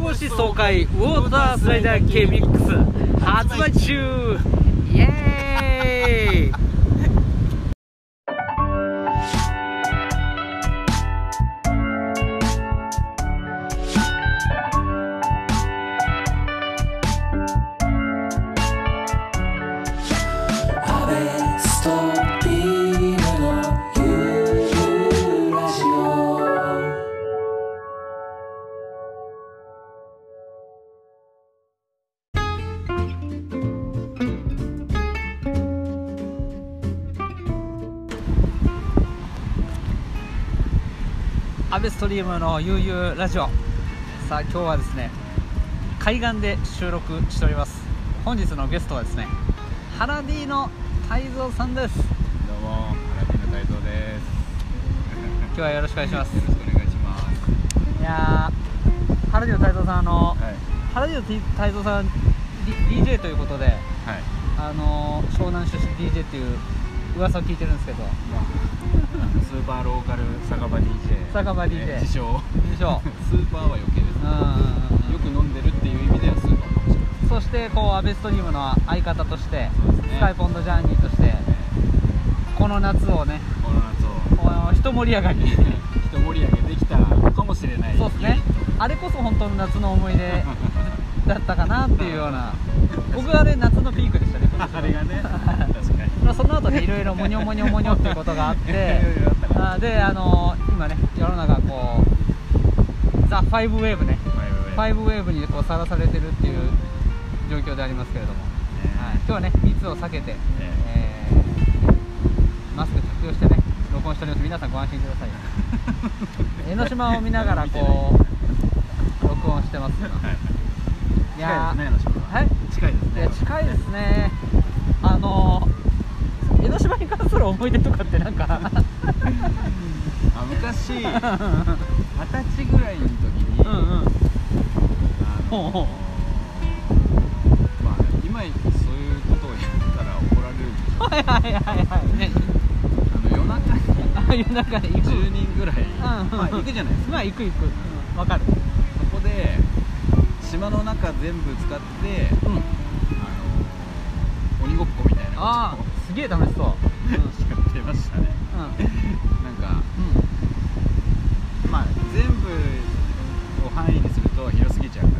越し爽快ウォータースライダー系ミックス発売中。イエーイ。アベストリームの悠々ラジオ。さあ今日はですね、海岸で収録しております。本日のゲストはですね、ハラディの泰造さんです。 どうも、ハラディの泰造です。 今日はよろしくお願いします。 よろしくお願いします。 いやー、ハラディの泰造さんはい、 ハラディの泰造さん DJ ということで、 はい、 湘南出身 DJ っていう噂を聞いてるんですけど、 スーパーローカル酒場 DJ、 酒場 DJ、 自称スーパーは余計ですね。よく飲んでるっていう意味ではスーパーかもしれない。 そしてこうアベストリームの相方として、 そうですね、 スカイポンドジャーニーとして、この夏をね、 この夏を一盛り上がり一盛り上げできたかもしれない。 そうですね、あれこそ本当の夏の思い出だったかなっていうような僕はあれ夏のピークでしたね。 あれがね、確かに。 その後ね、いろいろモニョモニョモニョっていうことがあってで、今ね、世の中こうザ・ファイブウェーブね、ファイブウェーブにこうさらされてるっていう状況でありますけれども、今日はね、密を避けて、マスク着用してね、録音しております。皆さんご安心ください。江ノ島を見ながらこう録音してます。いやー、はい、 近いですね。 いや、近いですね。江ノ島に関する思い出とかってなんか昔20歳ぐらいの時に、まあ今そういうことをやったら怒られるんでしょ。 はいはいはいはい、ね、夜中に行く 10人ぐらい、まあ行くじゃないですか。 まあ行く、わかる。 そこで島の中全部使って、鬼ごっこみたいなことをすげえ楽しそう。 やってましたね。なんか、まあ全部を範囲にすると広すぎちゃうから、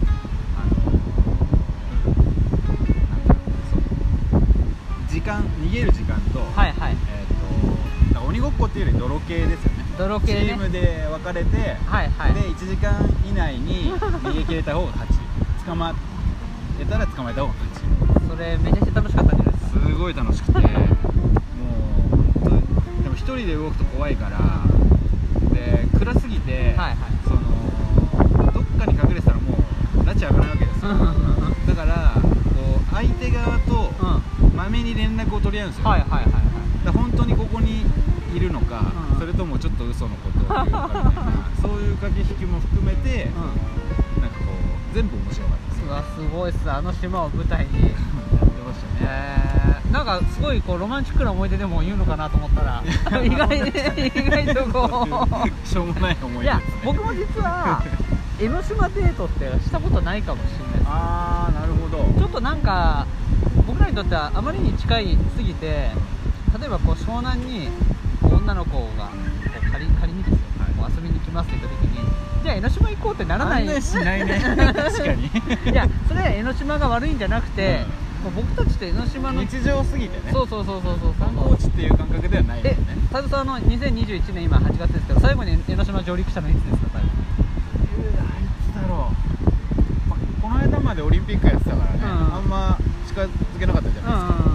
逃げる時間と、鬼ごっこっていうより泥系ですよね。 泥系ね。 チームで分かれて、で1時間以内に逃げ切れた方が勝ち、捕まえたら捕まえた方が勝ち。 それめちゃくちゃ楽しかったんじゃないですか。 すごい楽しくて、もう本当にでも一人で動くと怖いから、で暗すぎて、そのどっかに隠れてたらもう拉致開かないわけですよ。だからこう相手側とまめに連絡を取り合うんですよ。だから本当にここにいるのか、それともちょっと嘘のことを言うのかみたいなそういう駆け引きも含めて、なんかこう全部面白かったです。 うわ、すごいっす。あの島を舞台にやってましたね。 なんかすごいこうロマンチックな思い出でも言うのかなと思ったら意外とこうしょうもない思い出ですね。 いや、僕も実は江ノ島デートってしたことないかもしれないです。 ああ、なるほど。 ちょっとなんか僕らにとってはあまりに近いすぎて、例えばこう湘南に女の子がこう仮にですよ、こう遊びに来ますって言った時に、じゃあ江ノ島行こうってならない。 案内しないね。確かに。 いや、それは江ノ島が悪いんじゃなくて、僕たちと江ノ島の日常すぎてね。 そう観光地っていう感覚ではないよね。 泰造さん2021年今8月ですけど、最後に江ノ島上陸したのいつですか？最後。 いつだろう。この間までオリンピックやってたからね、あんま近づけなかったじゃないですか。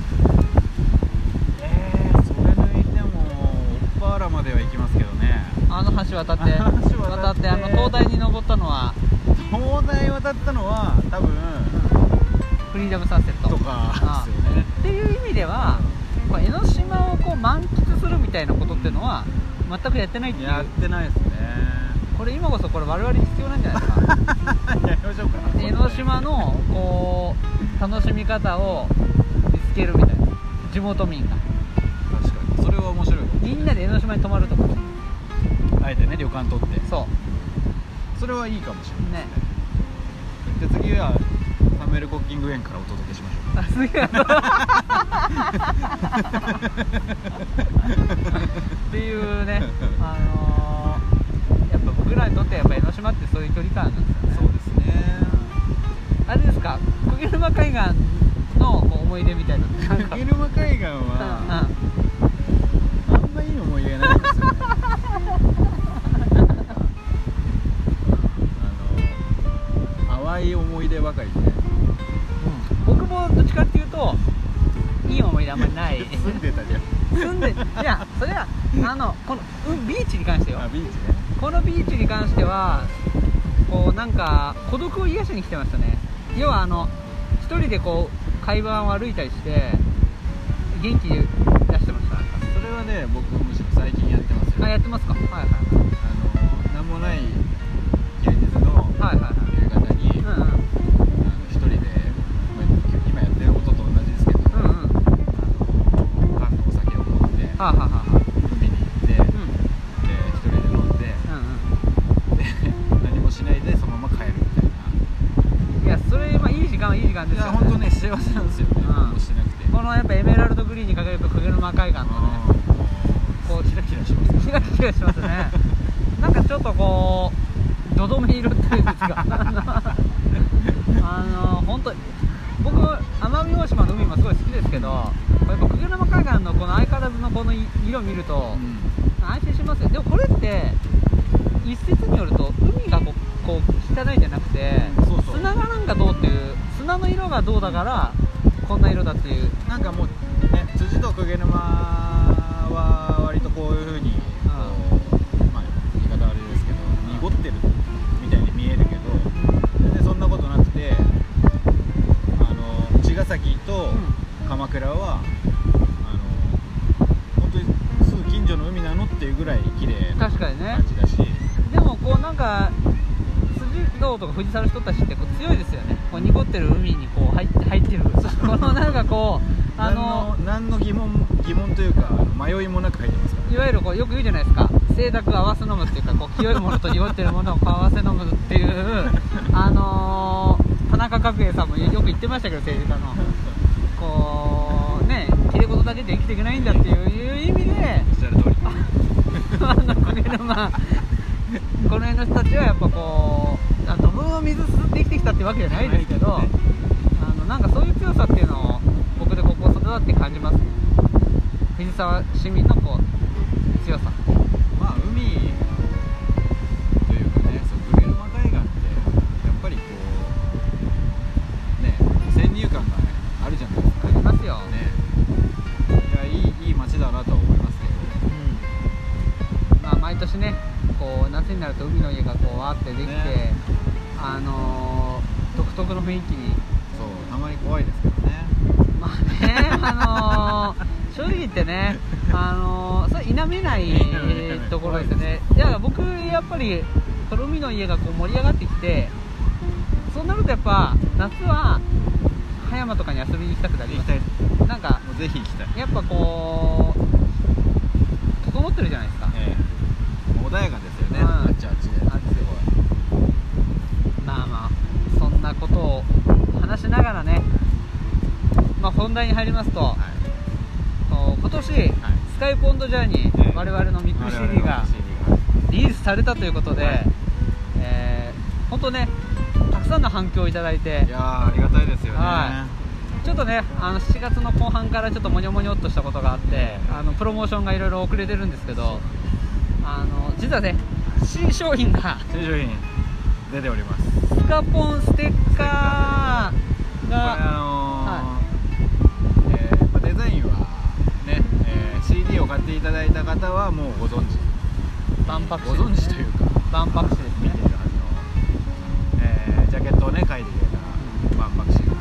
それ抜いても大原までは行きますけどね。 あの橋渡って灯台に登ったのは、 灯台渡ったのは多分フリーダムサンセットとかですよね。 っていう意味では、江ノ島をこう満喫するみたいなことっていうのは全くやってないっていう。 やってないですね。 これ今こそこれ我々に必要なんじゃないですか。 やりましょうか。 江ノ島のこう楽しみ方を見つけるみたいな、地元民が。 確かにそれは面白い。 みんなで江ノ島に泊まるとか、 あえてね、旅館取って。 そうそれはいいかもしれないですね。で次はサムエルコッキング園からお届けしましょう。 すげえっていうね、やっぱ僕らにとってやっぱ江ノ島ってそういう距離感なんですよね。 そうですね。 あれですか、鵠沼海岸の思い出みたいな。 鵠沼海岸は、あんまいい思い出がないんですよね。淡い思い出ばかりで、 僕もどっちかっていうといい思い出あんまりない。 住んでたじゃん。 いや、それはこのビーチに関してよ。 ビーチね。 このビーチに関してはこうなんか孤独を癒しに来てましたね。要は一人でこう海岸を歩いたりして元気出してました。 それはね、僕むしろ最近やってますよ。 やってますか。はいはい。 なんもない休日の夕方に一人で、今やってることと同じですけど、お酒を飲んで海に行って、で一人で飲んで、何もしないでそのまま帰るみたいな。 いや、それいい時間はいい時間ですよね。 本当ね、幸せなんですよね。何もしてなくて。 このやっぱエメラルドグリーンに輝く鵠沼海岸のね、 こうキラキラしますね。 キラキラしますね。なんかちょっとこうどどめ色っていうんですか。本当僕奄美大島の海もすごい好きですけど、やっぱ鵠沼海岸のこの相変わらずのこの色を見ると、安心しますよ。でもこれって一説によると海がこう汚いんじゃなくて、砂がなんかどうっていう、砂の色がどうだからこんな色だっていう。 なんかもうね、辻と鵠沼は割とこういう風に、言い方悪いですけど濁ってるみたいに見えるけど、全然そんなことなくて、茅ヶ崎と鎌倉は、本当にすぐ近所の海なのっていうぐらい綺麗な感じだし、 でもこうなんか辻堂とか藤沢の人たちってこう強いですよね。こう濁ってる海にこう入ってるこのなんかこう何の疑問というか迷いもなく入ってますから、 いわゆるこうよく言うじゃないですか、清濁合わせ飲むっていうか、こう清いものと濁ってるものを合わせ飲むっていう田中角栄さんもよく言ってましたけど、政治家のこうね、きれい事だけで生きていけないんだっていう意味で、 おっしゃる通り鵠沼この辺の人たちはやっぱこうドブの水吸って生きてきたってわけじゃないですけど、なんかそういう強さっていうのを僕でここ育って感じます。藤沢市民のこう強さ、 海というかね、鵠沼海岸ってやっぱりこうね、先入観があるじゃないですか。 ありますよね。いい街だなとは思いますけど、毎年ね、こう夏になると海の家がこうわーってできて、独特の雰囲気に、 たまに怖いですけどね。 正直言ってね、それ否めないところですよね。いや、僕やっぱりこの海の家がこう盛り上がってきて、そうなるとやっぱ夏は葉山とかに遊びに行きたくなります。なんかもうぜひ行きたい。 やっぱこう整ってるじゃないですか。 穏やかですよね。あっちで。 そんなことを話しながらね、本題に入りますと、今年、スカイポンドジャーニー、我々のミック CD がリリースされたということで、本当ね、たくさんの反響をいただいて、 いやー、ありがたいですよね。 ちょっとね、7月の後半からちょっとモニョモニョっとしたことがあって、プロモーションがいろいろ遅れてるんですけど、実はね、新商品が出ております。 スカポンステッカーが、 デザインはね、CD を買っていただいた方はもうご存知、 万博ご存知というか万博誌ですね。 見ているはずの、ジャケットをね書いてくれた万博誌が、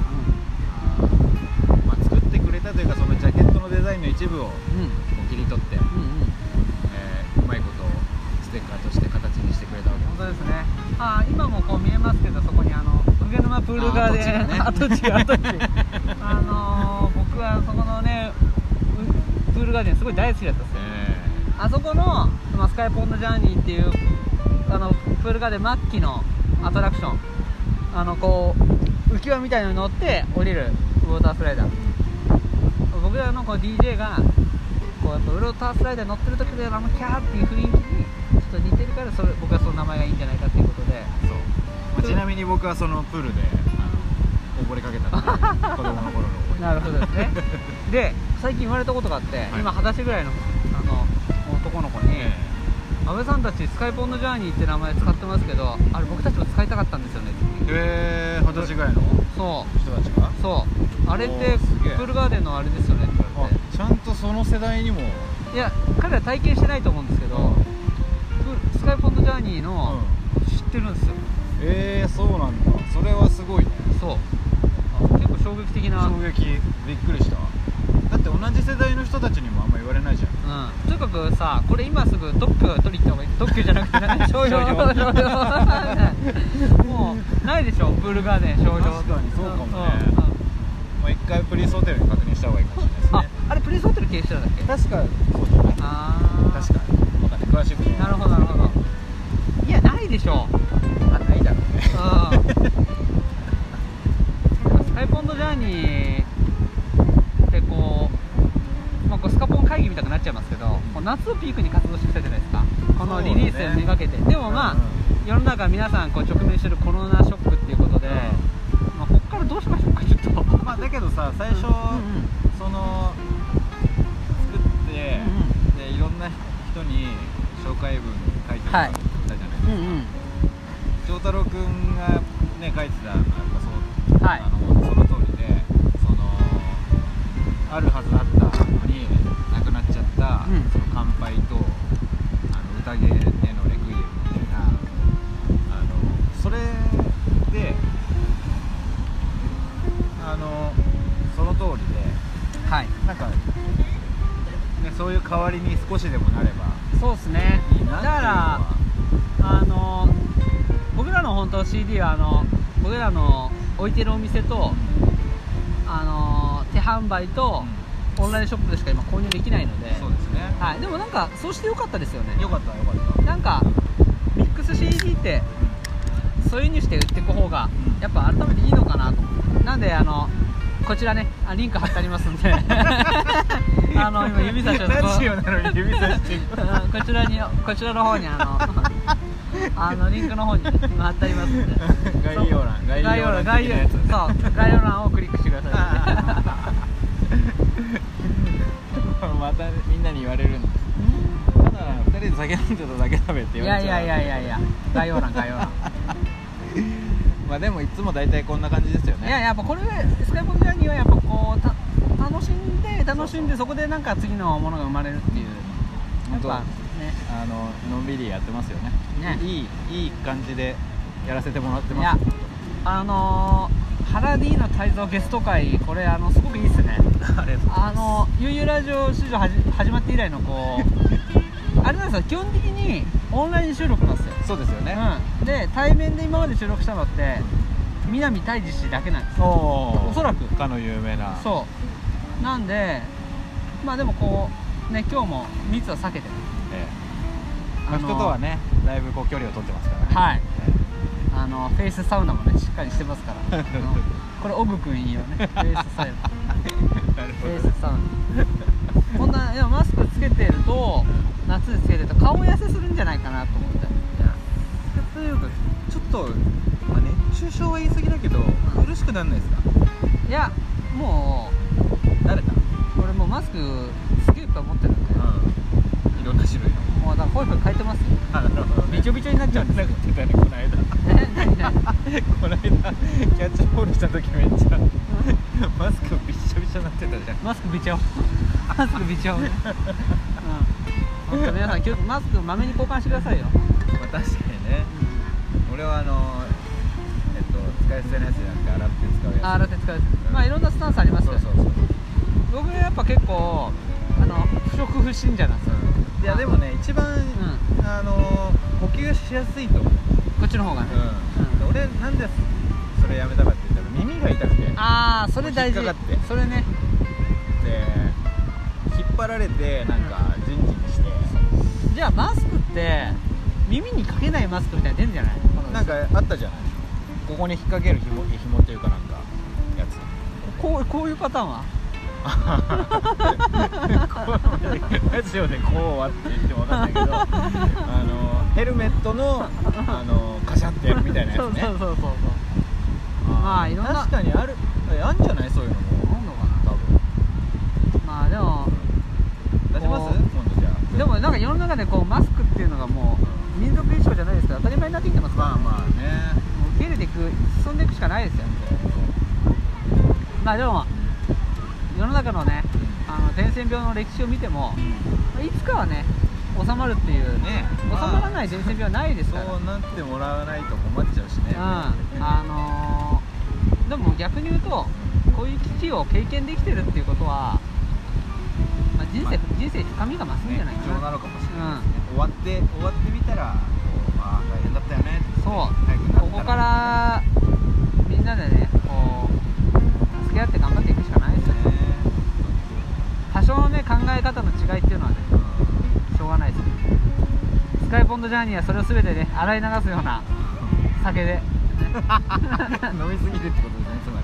作ってくれたというか、そのジャケットのデザインの一部を切り取って、うまいことをステッカーとして形にしてくれたわけです。 本当ですね。今もこう見えますけど、そこに鵠沼プール側で跡地僕はそこのねプールガーデンすごい大好きだったんですよ。あそこのスカイポンドジャーニーっていうプールガーデン末期のアトラクション、こう浮き輪みたいなのに乗って降りるウォータースライダー、僕らのこう DJ がこうやっぱウォータースライダー乗ってる時でキャーっていう雰囲気にちょっと似てるから、僕はその名前がいいんじゃないかっていうことで。 そう、ちなみに僕はそのプールで溺れかけたので子供の頃の思い。 なるほどですね。で最近言われたことがあって、はい、今20歳ぐらいの男の子に、安倍さんたちスカイポンドジャーニーって名前使ってますけど、あれ僕たちも使いたかったんですよねって。 20歳ぐらいの人たちが、 そうあれってプールガーデンのあれですよねって言われて、 ちゃんとその世代にも。 いや彼ら体験してないと思うんですけど、スカイポンドジャーニーの知ってるんですよ。 そうなんだ。それはすごいね。 そう結構衝撃的な。 衝撃、びっくりした。だって同じ世代の人たちにもあんま言われないじゃん。 とにかくさ、これ今すぐ特許取りに行った方がいい。特許じゃなくて商標もうないでしょプールガーデン商標。 確かにそうかもね。もう一回プリンスホテルに確認した方がいいかもしれないですね。 あれプリンスホテル経営してるんだっけ。 確かそうじゃない。確かに分かんない、詳しいことは。 なるほどなるほど。いやないでしょ。 ないだろうね。 スカイポンドジャーニーってこう、スカポン会議みたくなっちゃいますけど、夏をピークに活動してきたじゃないですか、このリリースをめがけて。でも世の中皆さんこう直面してるコロナショックっていうことで、ここからどうしましょうかちょっと。 だけどさ、最初、その作って、でいろんな人に紹介文書いてもらったじゃないですか。長太郎くんがね書いてたのはやっぱそう、その通りで、あるはずだったのになくなっちゃった、その乾杯と宴でのレクイエムみたいな、それでその通りで、なんか、ね、そういう代わりに少しでもなればそうですね。 いいなっていうのは。 だから僕らの本当 CD は僕らの置いてるお店と手販売とオンラインショップでしか今購入できないので。 そうですね。 はい。でもなんかそうしてよかったですよね。 よかったよかった。 なんかミックス CD ってそういう風にして売っていく方がやっぱ改めていいのかなと思って。なんでこちらねリンク貼ってありますんで今指差しをラジオなのに指差してこちらの方にリンクの方に今貼ってありますんで概要欄をクリックしてくださいまたみんなに言われるんです。ただ2人で酒飲んでただけ食べって言われちゃう。 いや概要欄でもいつも大体こんな感じですよね。 やっぱこれスカイポンドジャーニーはやっぱこう楽しんでそこでなんか次のものが生まれるっていう、やっぱねのんびりやってますよね。いい感じでやらせてもらってます。 いや原 D の泰造ゲスト会、これすごくいいっすね。ゆうゆうラジオ史上始まって以来のこうあれなんですよ、基本的にオンライン収録なんですよ。 そうですよね。 で対面で今まで収録したのって南泰治氏だけなんですよ、おそらく。 かの有名な。 そうなんで、でもこうね、今日も密は避けてね、 人とはねだいぶこう距離を取ってますからね。 フェイスサウナもねしっかりしてますからこれオグ君いいよね、フェイスサウナフェイスサウナこんなマスクつけてると、夏でつけてると顔痩せするんじゃないかなと思って。 というかちょっと、熱中症は言い過ぎだけど苦しくならないですか。 いやもう慣れた。 俺もうマスクすげえいっぱい持ってるんで、 いろんな種類のもうだからホイホイ変えてますよ。びちょびちょになっちゃうんですよ。 この間この間キャッチボールした時めっちゃマスクびっしょびしょになってたじゃん。 マスクびちょね。本当皆さん今日マスクまめに交換してくださいよ。 確かにね。俺は使い捨てのやつじゃなくて洗って使うやつ。 洗って使うやつ。いろんなスタンスありますよ。僕やっぱ結構不織布信者なんですよ。 いやでもね、一番呼吸しやすいと思う。 こっちの方がね。 俺なんでそれやめたかって言ったら耳が痛くて。 それ大事。 引っかかって。 それね。 で引っ張られてなんかジンジンして。 じゃあマスクって耳にかけないマスクみたいなの出るんじゃない？ なんかあったじゃない、ここに引っ掛ける紐というかなんかやつ、 こういうパターンはラジオでこうはって言っても分かんないけどヘルメットのカシャってやるみたいなやつね。 そうまあいろんな確かにあんじゃない、そういうのもあんのかな多分。 まあでも出します今度じゃあ。 でもなんか世の中でこうマスクっていうのがもう民族衣装じゃないですから当たり前になってきてますから、 まあね、 もう受け入れていく、進んでいくしかないですよ。まあでも世の中のね伝染病の歴史を見ても、いつかはね収まるっていうね、収まらない伝染病はないですから、 そうなってもらわないと困っちゃうしね。 でも逆に言うとこういう危機を経験できてるっていうことは、まあ、人生深みが増すんじゃないかな。 貴重なのかもしれないですね。終わってみたら大変だったよねって、 そうここからみんなでねこう助け合って頑張っていくしかないですよね。多少のね考え方の違いっていうのはねしょうがないです。スカイポンドジャーニーはそれを全てね洗い流すような酒で飲みすぎるってことですね、つまり。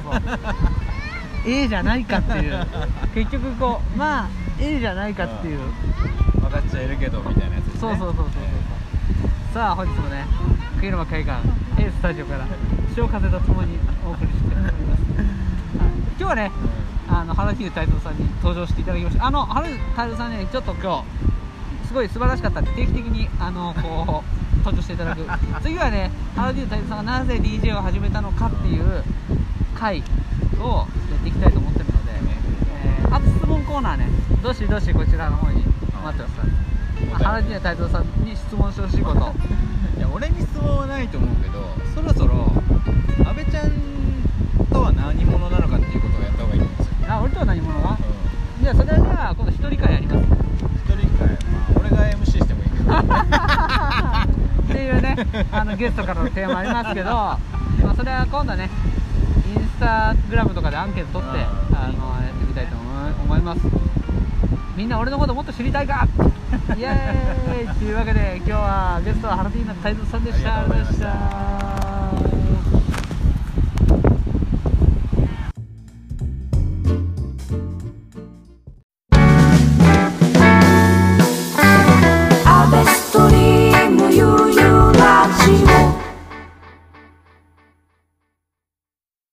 そうじゃないかっていう結局こうまあじゃないかっていう、 分かっちゃいるけどみたいなやつですね。 そうさあ本日もね栗沼会館 A スタジオから潮風とともにお送りしております今日はね原木太蔵さんに登場していただきました。原木太蔵さんねちょっと今日すごい素晴らしかったんで定期的にこう登場していただく次はね原木太蔵さんがなぜ DJ を始めたのかっていう回をやっていきたいと思ってるので、あと質問コーナーねどしどしこちらの方に待ってますから、原木太蔵さんに質問してほしいこと。 いや俺に質問はないと思うけど、そろそろ阿部ちゃんとは何者なのかっていうことをやった方がいいと思うんですよ。 俺とは何者が、じゃあそれじゃあ今度一人会やります。 一人会、俺が MC してもいいけどっていうねゲストからの提案もありますけど、それは今度ねインスタグラムとかでアンケート取ってやっていきたいと思います。みんな俺のこともっと知りたいかイエーイというわけで今日はゲストは原木太蔵さんでした。ありがとうございました。